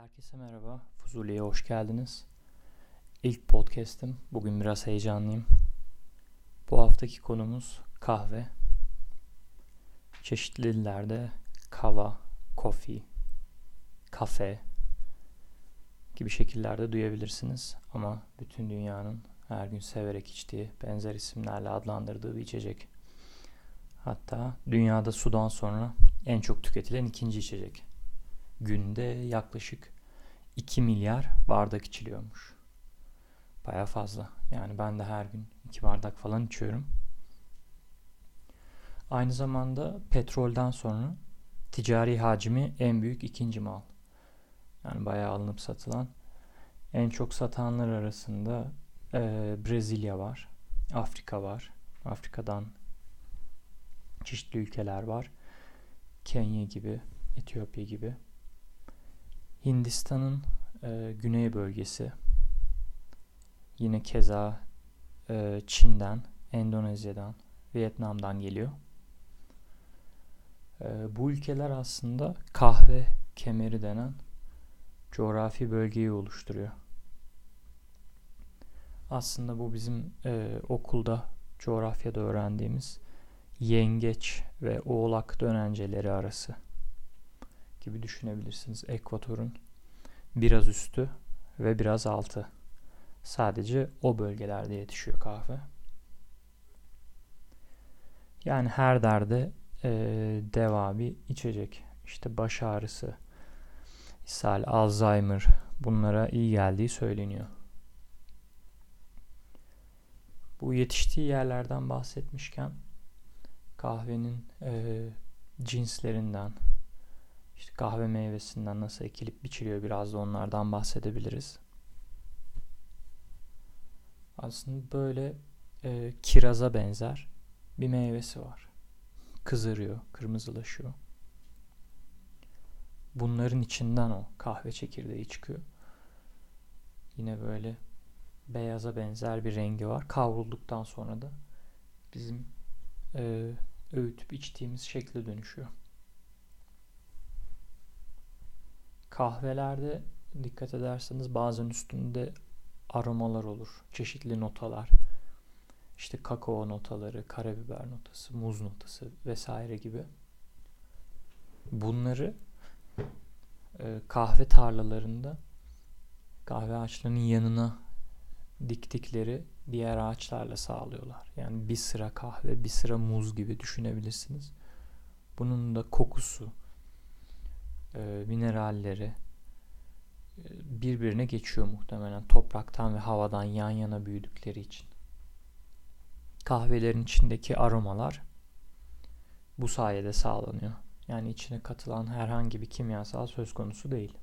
Herkese merhaba, Fuzuli'ye hoş geldiniz. İlk podcast'im, bugün biraz heyecanlıyım. Bu haftaki konumuz kahve. Çeşitli dillerde kava, coffee, kafe gibi şekillerde duyabilirsiniz. Ama bütün dünyanın her gün severek içtiği, benzer isimlerle adlandırdığı bir içecek. Hatta dünyada sudan sonra en çok tüketilen ikinci içecek. Günde yaklaşık 2 milyar bardak içiliyormuş. Baya fazla. Yani ben de her gün 2 bardak falan içiyorum. Aynı zamanda petrolden sonra ticari hacmi en büyük ikinci mal. Yani bayağı alınıp satılan. En çok satanlar arasında Brezilya var. Afrika var. Afrika'dan çeşitli ülkeler var. Kenya gibi, Etiyopya gibi. Hindistan'ın güney bölgesi. Yine keza Çin'den, Endonezya'dan, Vietnam'dan geliyor. Bu ülkeler aslında kahve kemeri denen coğrafi bölgeyi oluşturuyor. Aslında bu bizim okulda, coğrafyada öğrendiğimiz yengeç ve oğlak dönenceleri arası gibi düşünebilirsiniz. Ekvatorun biraz üstü ve biraz altı. Sadece o bölgelerde yetişiyor kahve. Yani her derde deva bir içecek. İşte baş ağrısı, ishal, Alzheimer bunlara iyi geldiği söyleniyor. Bu yetiştiği yerlerden bahsetmişken kahvenin cinslerinden, işte kahve meyvesinden nasıl ekilip biçiliyor biraz da onlardan bahsedebiliriz. Aslında böyle kiraza benzer bir meyvesi var. Kızarıyor, kırmızılaşıyor. Bunların içinden o kahve çekirdeği çıkıyor. Yine böyle beyaza benzer bir rengi var. Kavrulduktan sonra da bizim öğütüp içtiğimiz şekle dönüşüyor. Kahvelerde dikkat ederseniz bazen üstünde aromalar olur. Çeşitli notalar. İşte kakao notaları, karabiber notası, muz notası vesaire gibi. Bunları kahve tarlalarında kahve ağaçlarının yanına diktikleri diğer ağaçlarla sağlıyorlar. Yani bir sıra kahve, bir sıra muz gibi düşünebilirsiniz. Bunun da kokusu, mineralleri birbirine geçiyor muhtemelen topraktan ve havadan yan yana büyüdükleri için. Kahvelerin içindeki aromalar bu sayede sağlanıyor. Yani içine katılan herhangi bir kimyasal söz konusu değil.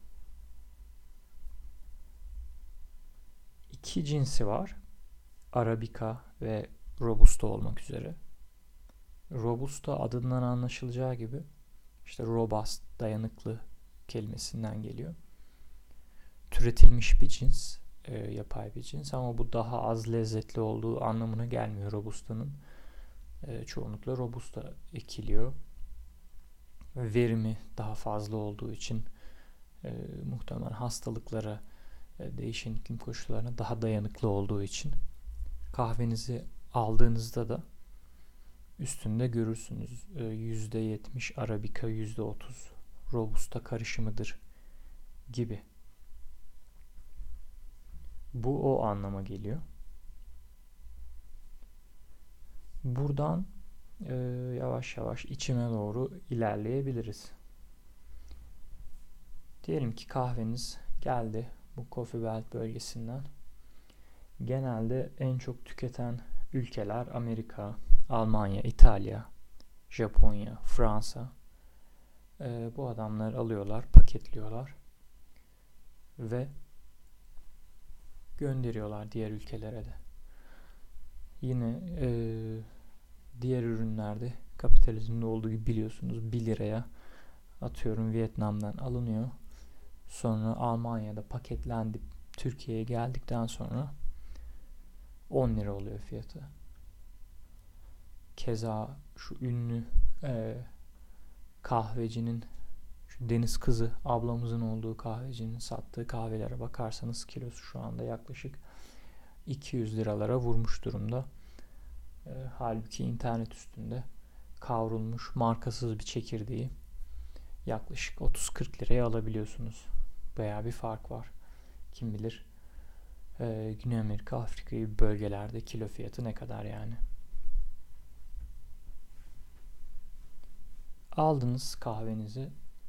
İki cinsi var. Arabica ve Robusta olmak üzere. Robusta adından anlaşılacağı gibi işte robust, dayanıklı kelimesinden geliyor. Türetilmiş bir cins, yapay bir cins ama bu daha az lezzetli olduğu anlamına gelmiyor Robusta'nın. Çoğunlukla Robusta ekiliyor. Verimi daha fazla olduğu için muhtemelen hastalıklara, değişen iklim koşullarına daha dayanıklı olduğu için kahvenizi aldığınızda da üstünde görürsünüz. %70 Arabica, %30 Robusta karışımıdır gibi. Bu o anlama geliyor. Buradan yavaş yavaş içime doğru ilerleyebiliriz. Diyelim ki kahveniz geldi bu Coffee Belt bölgesinden. Genelde en çok tüketen ülkeler Amerika, Almanya, İtalya, Japonya, Fransa. Bu adamlar alıyorlar, paketliyorlar ve gönderiyorlar diğer ülkelere de. Yine diğer ürünlerde kapitalizmde olduğu gibi biliyorsunuz 1 liraya atıyorum Vietnam'dan alınıyor. Sonra Almanya'da paketlendi Türkiye'ye geldikten sonra 10 lira oluyor fiyatı. Keza şu ünlü kahvecinin Şu Deniz Kızı ablamızın olduğu kahvecinin sattığı kahvelere bakarsanız kilosu şu anda yaklaşık 200 liralara vurmuş durumda. Halbuki internet üstünde kavrulmuş markasız bir çekirdeği yaklaşık 30-40 liraya alabiliyorsunuz. Bayağı bir fark var. Kim bilir Güney Amerika, Afrika gibi bölgelerde kilo fiyatı ne kadar yani. Aldınız kahvenizi.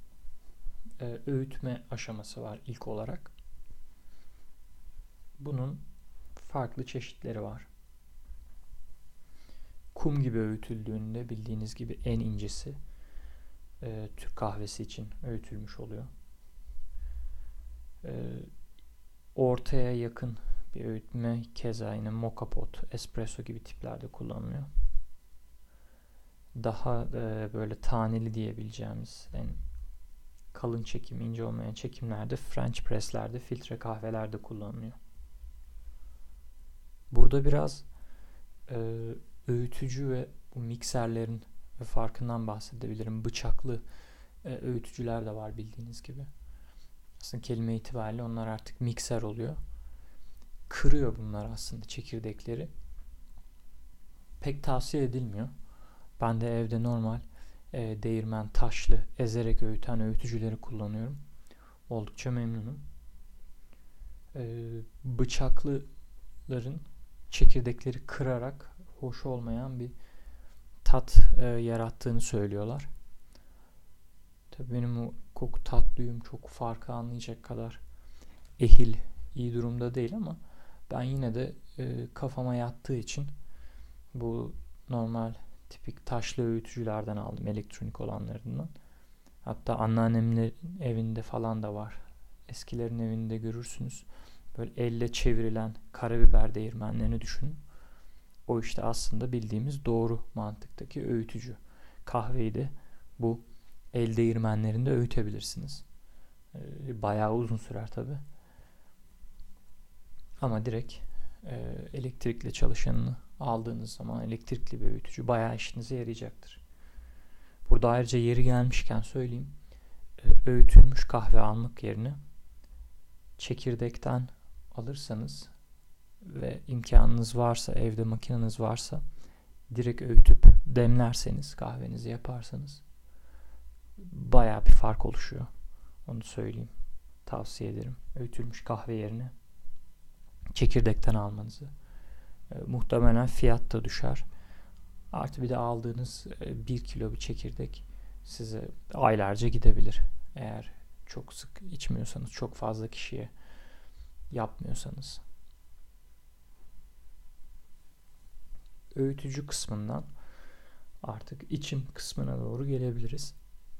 Öğütme aşaması var ilk olarak. Bunun farklı çeşitleri var. Kum gibi öğütüldüğünde bildiğiniz gibi en incesi Türk kahvesi için öğütülmüş oluyor. Ortaya yakın bir öğütme keza yine moka pot, espresso gibi tiplerde kullanılıyor. Daha böyle taneli diyebileceğimiz en kalın çekim, ince olmayan çekimlerde French presslerde, filtre kahvelerde kullanılıyor. Burada biraz öğütücü ve bu mikserlerin farkından bahsedebilirim. Bıçaklı öğütücüler de var bildiğiniz gibi. Aslında kelime itibariyle onlar artık mikser oluyor. Kırıyor bunlar aslında çekirdekleri. Pek tavsiye edilmiyor. Ben de evde normal değirmen taşlı ezerek öğüten öğütücüleri kullanıyorum. Oldukça memnunum. Bıçaklıların çekirdekleri kırarak hoş olmayan bir tat yarattığını söylüyorlar. Tabii benim o koku tat duyum çok farkı anlayacak kadar iyi durumda değil ama ben yine de kafama yattığı için bu normal tipik taşlı öğütücülerden aldım, elektronik olanlarından. Hatta anneannemin evinde falan da var. Eskilerin evinde görürsünüz. Böyle elle çevrilen karabiber değirmenlerini düşünün. O işte aslında bildiğimiz doğru mantıktaki öğütücü. Kahveyi de bu el değirmenlerinde öğütebilirsiniz. Bayağı uzun sürer tabi. Ama direkt elektrikle çalışanını aldığınız zaman elektrikli bir öğütücü bayağı işinize yarayacaktır. Burada ayrıca yeri gelmişken söyleyeyim. Öğütülmüş kahve almak yerine çekirdekten alırsanız ve imkanınız varsa, evde makineniz varsa direkt öğütüp demlerseniz, kahvenizi yaparsanız bayağı bir fark oluşuyor. Onu söyleyeyim. Tavsiye ederim. Öğütülmüş kahve yerine çekirdekten almanızı. Muhtemelen fiyat da düşer. Artı bir de aldığınız 1 kilo bir çekirdek size aylarca gidebilir. Eğer çok sık içmiyorsanız, çok fazla kişiye yapmıyorsanız. Öğütücü kısmından artık içim kısmına doğru gelebiliriz.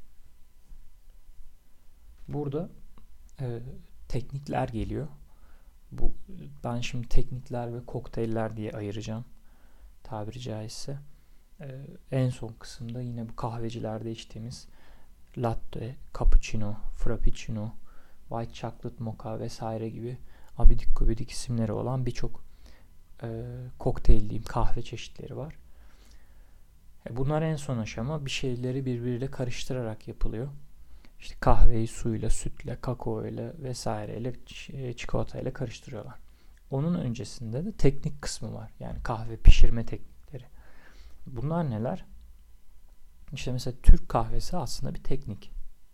Burada teknikler geliyor. Ben şimdi teknikler ve kokteyller diye ayıracağım tabiri caizse. En son kısımda yine bu kahvecilerde içtiğimiz latte, cappuccino, frappuccino, white chocolate mocha vesaire gibi abidik gubidik isimleri olan birçok kokteyl diyeyim kahve çeşitleri var. Bunlar en son aşama, bir şeyleri birbiriyle karıştırarak yapılıyor. İşte kahveyi suyla, sütle, kakaoyla vesaireyle, çikolatayla karıştırıyorlar. Onun öncesinde de teknik kısmı var. Yani kahve pişirme teknikleri. Bunlar neler? İşte mesela Türk kahvesi aslında bir teknik.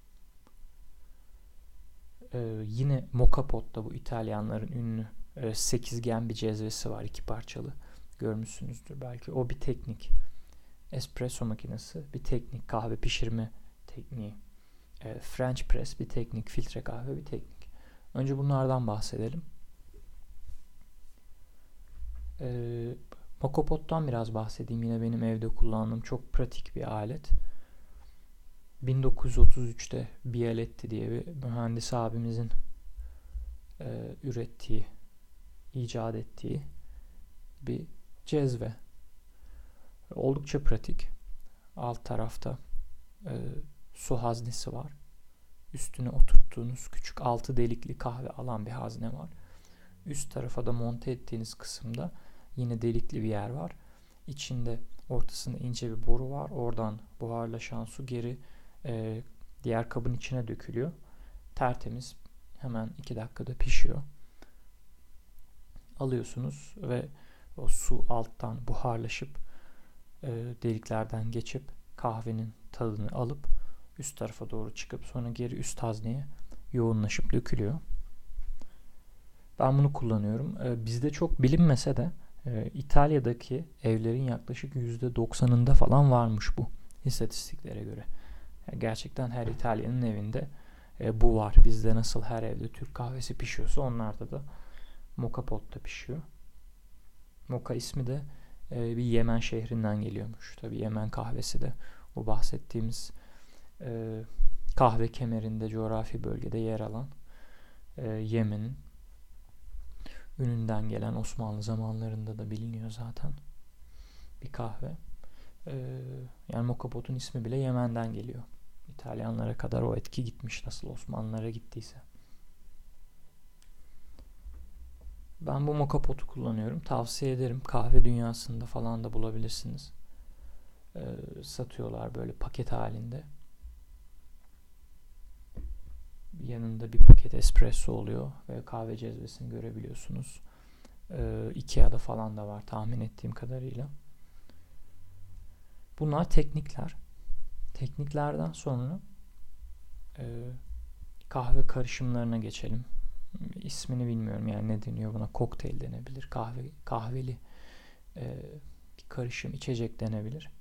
Yine Moka Pot'ta bu İtalyanların ünlü sekizgen bir cezvesi var, 2 parçalı. Görmüşsünüzdür belki. O bir teknik. Espresso makinesi bir teknik. Kahve pişirme tekniği. French press bir teknik. Filtre kahve bir teknik. Önce bunlardan bahsedelim. Moka Pot'tan biraz bahsedeyim. Yine benim evde kullandığım çok pratik bir alet. 1933'te Bialetti diye bir mühendis abimizin ürettiği, icat ettiği bir cezve. Oldukça pratik. Alt tarafta su haznesi var. Üstüne oturttuğunuz küçük 6 delikli kahve alan bir hazne var. Üst tarafa da monte ettiğiniz kısımda yine delikli bir yer var. İçinde ortasında ince bir boru var. Oradan buharlaşan su geri Diğer kabın içine dökülüyor. Tertemiz, hemen 2 dakikada pişiyor. Alıyorsunuz ve o su alttan buharlaşıp deliklerden geçip kahvenin tadını alıp üst tarafa doğru çıkıp sonra geri üst hazneye yoğunlaşıp dökülüyor. Ben bunu kullanıyorum. Bizde çok bilinmese de İtalya'daki evlerin yaklaşık %90'ında falan varmış bu istatistiklere göre. Gerçekten her İtalyanın evinde bu var. Bizde nasıl her evde Türk kahvesi pişiyorsa onlarda da Moka Pot'ta pişiyor. Moka ismi de bir Yemen şehrinden geliyormuş. Tabii Yemen kahvesi de o bahsettiğimiz kahve kemerinde, coğrafi bölgede yer alan Yemen'in ününden gelen, Osmanlı zamanlarında da biliniyor zaten bir kahve. Yani Moka Pot'un ismi bile Yemen'den geliyor. İtalyanlara kadar o etki gitmiş, nasıl Osmanlılara gittiyse. Ben bu Moka Pot'u kullanıyorum. Tavsiye ederim. Kahve dünyasında falan da bulabilirsiniz. Satıyorlar böyle paket halinde. Yanında bir paket espresso oluyor ve kahve cezvesini görebiliyorsunuz. Ikea'da falan da var tahmin ettiğim kadarıyla. Bunlar teknikler. Tekniklerden sonra kahve karışımlarına geçelim. İsmini bilmiyorum, yani ne deniyor buna, kokteyl denebilir, kahveli bir karışım içecek denebilir.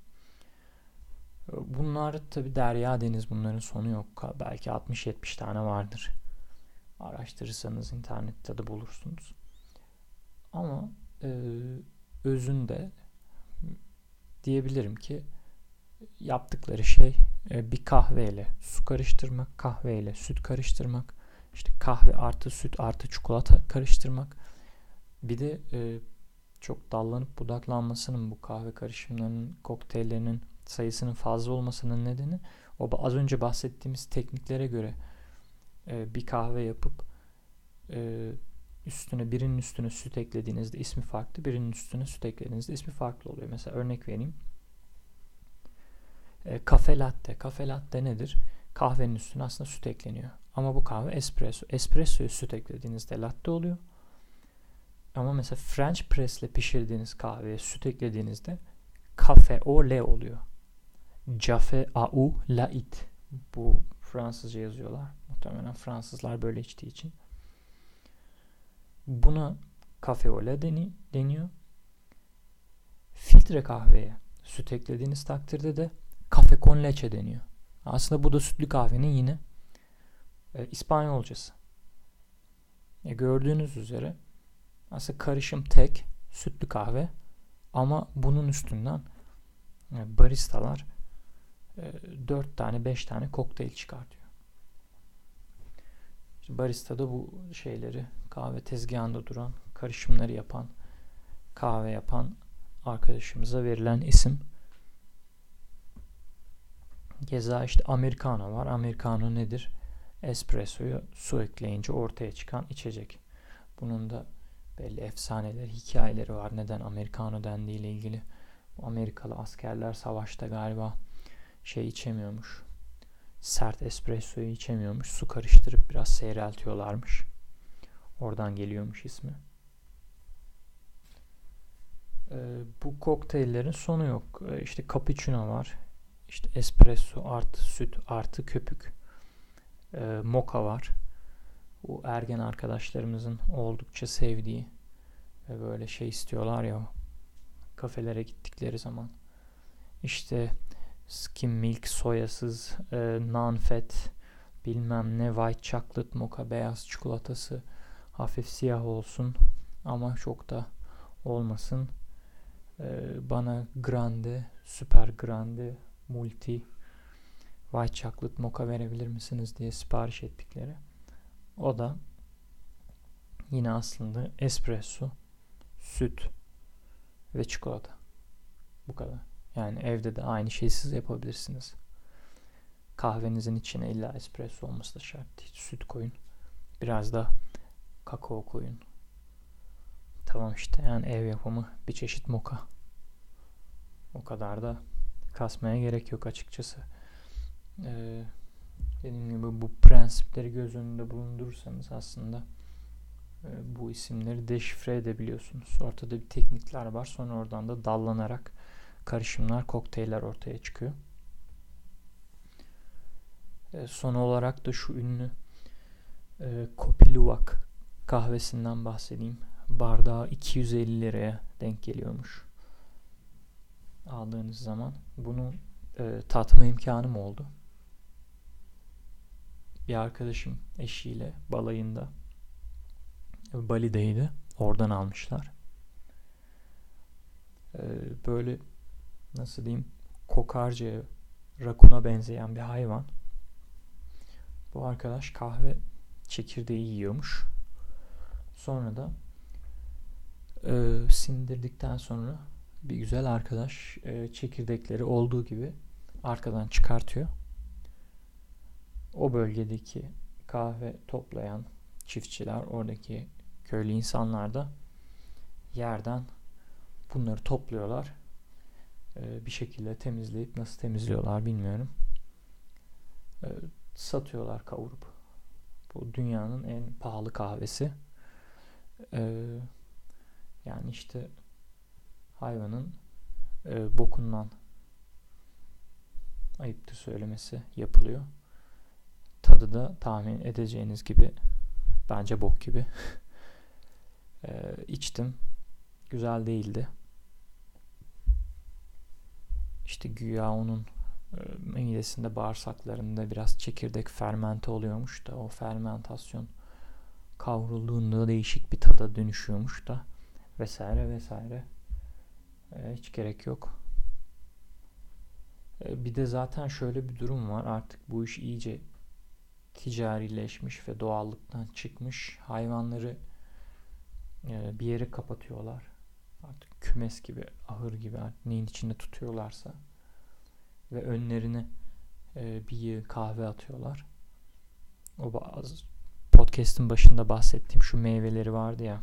Bunlar tabi derya deniz, bunların sonu yok. Belki 60-70 tane vardır. Araştırırsanız internette de bulursunuz. Ama özünde diyebilirim ki yaptıkları şey bir kahveyle su karıştırmak, kahveyle süt karıştırmak, işte kahve artı süt artı çikolata karıştırmak. Bir de çok dallanıp budaklanmasının, bu kahve karışımlarının, kokteyllerinin sayısının fazla olmasının nedeni o az önce bahsettiğimiz tekniklere göre bir kahve yapıp birinin üstüne süt eklediğinizde ismi farklı, birinin üstüne süt eklediğinizde ismi farklı oluyor. Mesela örnek vereyim. Kafe latte. Kafe latte nedir? Kahvenin üstüne aslında süt ekleniyor. Ama bu kahve espresso. Espressoya süt eklediğinizde latte oluyor. Ama mesela French press ile pişirdiğiniz kahveye süt eklediğinizde cafe au lait oluyor. Café au lait. Bu Fransızca yazıyorlar. Muhtemelen Fransızlar böyle içtiği için. Buna cafe au lait deniyor. Filtre kahveye süt eklediğiniz takdirde de cafe con leche deniyor. Aslında bu da sütlü kahvenin yine İspanyolcası. Gördüğünüz üzere aslında karışım tek, sütlü kahve, ama bunun üstünden baristalar 4 tane 5 tane kokteyl çıkartıyor. İşte barista da bu şeyleri, kahve tezgahında duran karışımları yapan, kahve yapan arkadaşımıza verilen isim. Keza işte Americano var. Americano nedir? Espresso'ya su ekleyince ortaya çıkan içecek. Bunun da belli efsaneleri, hikayeleri var. Neden Americano dendiği ile ilgili. Amerikalı askerler savaşta galiba içemiyormuş. Sert espressoyu içemiyormuş. Su karıştırıp biraz seyreltiyorlarmış. Oradan geliyormuş ismi. Bu kokteyllerin sonu yok. İşte cappuccino var. İşte espresso artı süt artı köpük. Moka var. Bu ergen arkadaşlarımızın oldukça sevdiği ve böyle istiyorlar ya kafelere gittikleri zaman. İşte skim milk, soyasız, non-fat, bilmem ne, white chocolate, mocha, beyaz çikolatası hafif siyah olsun ama çok da olmasın. Bana grande, süper grande, multi, white chocolate mocha verebilir misiniz diye sipariş ettikleri. O da yine aslında espresso, süt ve çikolata. Bu kadar. Yani evde de aynı şeyi siz yapabilirsiniz. Kahvenizin içine illa espresso olması da şart değil. Süt koyun. Biraz da kakao koyun. Tamam işte, yani ev yapımı bir çeşit moka. O kadar da kasmaya gerek yok açıkçası. Dediğim gibi bu prensipleri göz önünde bulundurursanız aslında bu isimleri deşifre edebiliyorsunuz. Ortada bir teknikler var. Sonra oradan da dallanarak karışımlar, kokteyller ortaya çıkıyor. Son olarak da şu ünlü Kopi Luwak kahvesinden bahsedeyim. Bardağı 250 liraya denk geliyormuş. Aldığınız zaman. Bunu tatma imkanım oldu. Bir arkadaşım eşiyle balayında, Bali'deydi. Oradan almışlar. Böyle nasıl diyeyim, kokarcaya, rakuna benzeyen bir hayvan. Bu arkadaş kahve çekirdeği yiyormuş. Sonra da sindirdikten sonra bir güzel arkadaş çekirdekleri olduğu gibi arkadan çıkartıyor. O bölgedeki kahve toplayan çiftçiler, oradaki köylü insanlar da yerden bunları topluyorlar. Bir şekilde temizleyip, nasıl temizliyorlar bilmiyorum, satıyorlar kavurup. Bu dünyanın en pahalı kahvesi. Yani işte hayvanın bokundan, ayıptır söylemesi, yapılıyor. Tadı da tahmin edeceğiniz gibi bence bok gibi. İçtim. Güzel değildi. İşte güya onun midesinde, bağırsaklarında biraz çekirdek fermente oluyormuş da o fermentasyon kavrulduğunda değişik bir tada dönüşüyormuş da vesaire vesaire. Hiç gerek yok. Bir de zaten şöyle bir durum var. Artık bu iş iyice ticarileşmiş ve doğallıktan çıkmış. Hayvanları bir yere kapatıyorlar. Artık kümes gibi, ahır gibi, artık neyin içinde tutuyorlarsa, ve önlerine bir yığın kahve atıyorlar. O bazı podcast'ın başında bahsettiğim şu meyveleri vardı ya,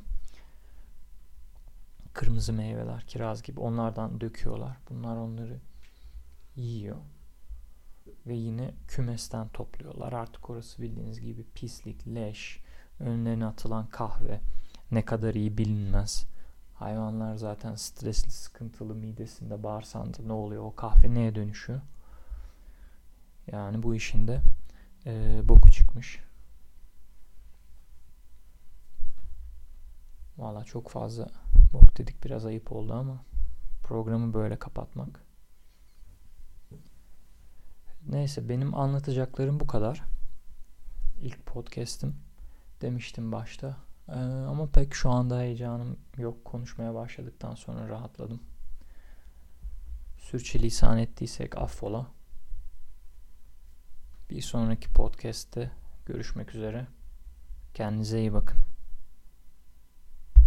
kırmızı meyveler, kiraz gibi, onlardan döküyorlar. Bunlar onları yiyor ve yine kümesten topluyorlar. Artık orası bildiğiniz gibi pislik, leş, önlerine atılan kahve ne kadar iyi bilinmez. Hayvanlar zaten stresli, sıkıntılı, midesinde, bağırsağında ne oluyor? O kahve neye dönüşüyor? Yani bu işin de boku çıkmış. Valla çok fazla bok dedik, biraz ayıp oldu ama programı böyle kapatmak. Neyse, benim anlatacaklarım bu kadar. İlk podcast'im demiştim başta. Ama pek şu anda heyecanım yok. Konuşmaya başladıktan sonra rahatladım. Sürçülisan ettiysek affola. Bir sonraki podcast'te görüşmek üzere. Kendinize iyi bakın.